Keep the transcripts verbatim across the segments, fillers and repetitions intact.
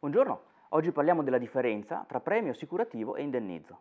Buongiorno, oggi parliamo della differenza tra premio assicurativo e indennizzo.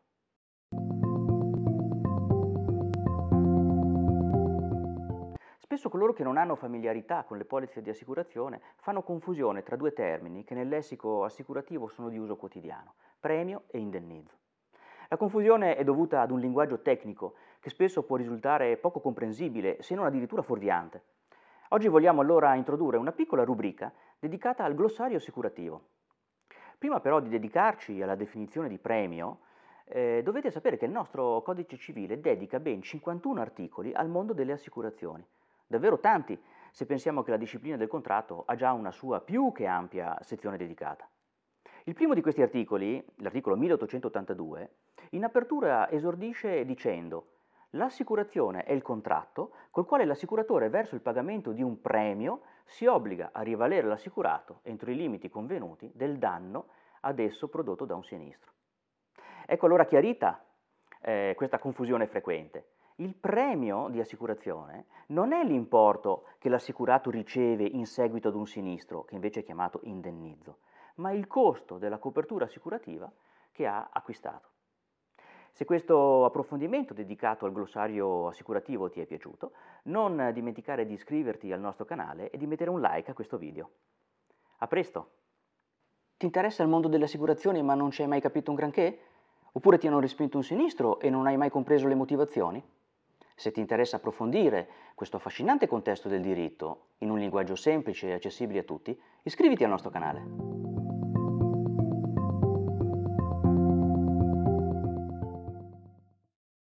Spesso coloro che non hanno familiarità con le polizze di assicurazione fanno confusione tra due termini che nel lessico assicurativo sono di uso quotidiano, premio e indennizzo. La confusione è dovuta ad un linguaggio tecnico che spesso può risultare poco comprensibile, se non addirittura fuorviante. Oggi vogliamo allora introdurre una piccola rubrica dedicata al glossario assicurativo. Prima però di dedicarci alla definizione di premio, eh, dovete sapere che il nostro codice civile dedica ben cinquantuno articoli al mondo delle assicurazioni. Davvero tanti, se pensiamo che la disciplina del contratto ha già una sua più che ampia sezione dedicata. Il primo di questi articoli, l'articolo milleottocentottantadue, in apertura esordisce dicendo: l'assicurazione è il contratto col quale l'assicuratore, verso il pagamento di un premio, si obbliga a rivalere l'assicurato entro i limiti convenuti del danno ad esso prodotto da un sinistro. Ecco allora chiarita eh, questa confusione frequente. Il premio di assicurazione non è l'importo che l'assicurato riceve in seguito ad un sinistro, che invece è chiamato indennizzo, ma il costo della copertura assicurativa che ha acquistato. Se questo approfondimento dedicato al glossario assicurativo ti è piaciuto, non dimenticare di iscriverti al nostro canale e di mettere un like a questo video. A presto! Ti interessa il mondo delle assicurazioni ma non ci hai mai capito un granché? Oppure ti hanno respinto un sinistro e non hai mai compreso le motivazioni? Se ti interessa approfondire questo affascinante contesto del diritto in un linguaggio semplice e accessibile a tutti, iscriviti al nostro canale.